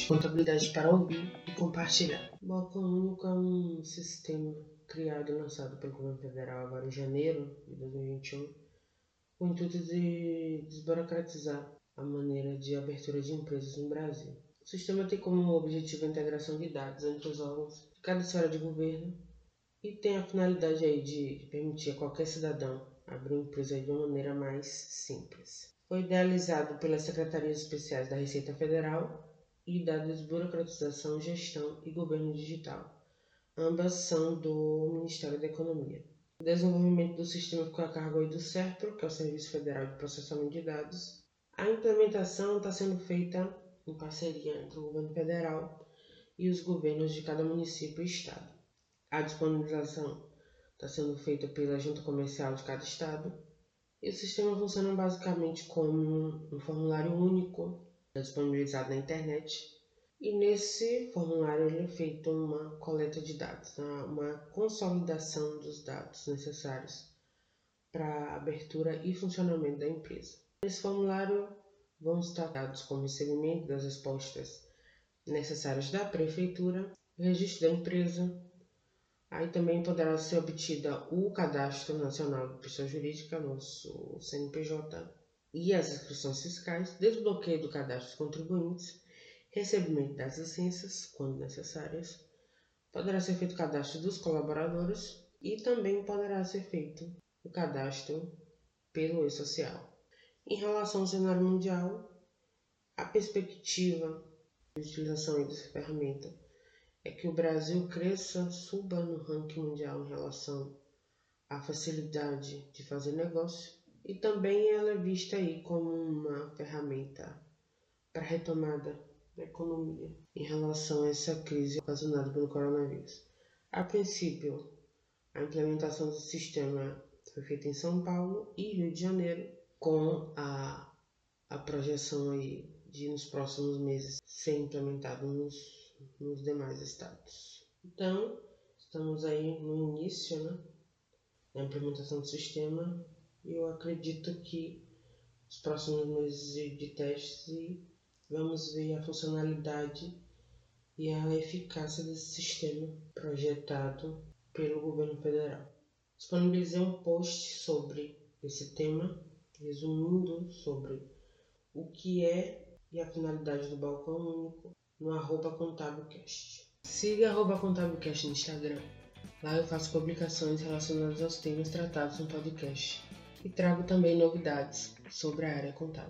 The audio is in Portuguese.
podcast Contabilidade para ouvir e compartilhar. O Balcão Único é um sistema criado e lançado pelo governo federal agora em janeiro de 2021, com o intuito de desburocratizar a maneira de abertura de empresas no Brasil. O sistema tem como objetivo a integração de dados entre os órgãos de cada esfera de governo e tem a finalidade aí de permitir a qualquer cidadão abrir uma empresa de uma maneira mais simples. Foi idealizado pelas Secretarias Especiais da Receita Federal e da Desburocratização, Gestão e Governo Digital. Ambas são do Ministério da Economia. O desenvolvimento do sistema ficou a cargo do SERPRO, que é o Serviço Federal de Processamento de Dados. A implementação está sendo feita em parceria entre o governo federal e os governos de cada município e estado. A disponibilização está sendo feita pela junta comercial de cada estado e o sistema funciona basicamente como um formulário único disponibilizado na internet. E nesse formulário é feita uma coleta de dados, uma consolidação dos dados necessários para a abertura e funcionamento da empresa. Nesse formulário vão estar dados como recebimento das respostas necessárias da prefeitura, o registro da empresa. Aí também poderá ser obtida o Cadastro Nacional de Pessoa Jurídica, nosso CNPJ, e as inscrições fiscais, desbloqueio do cadastro dos contribuintes, recebimento das licenças, quando necessárias. Poderá ser feito o cadastro dos colaboradores e também poderá ser feito o cadastro pelo e-social. Em relação ao cenário mundial, a perspectiva de utilização dessa ferramenta é que o Brasil cresça, suba no ranking mundial em relação à facilidade de fazer negócio e também ela é vista aí como uma ferramenta para retomada da economia em relação a essa crise ocasionada pelo coronavírus. A princípio, a implementação do sistema foi feita em São Paulo e Rio de Janeiro, com a projeção aí de nos próximos meses ser implementado nos demais estados. Então, estamos aí no início, da implementação do sistema e eu acredito que nos próximos meses de testes vamos ver a funcionalidade e a eficácia desse sistema projetado pelo governo federal. Disponibilizei um post sobre esse tema, resumindo sobre o que é e a finalidade do Balcão Único no @contabilcast. Siga @contabilcast no Instagram. Lá eu faço publicações relacionadas aos temas tratados no podcast e trago também novidades sobre a área contábil.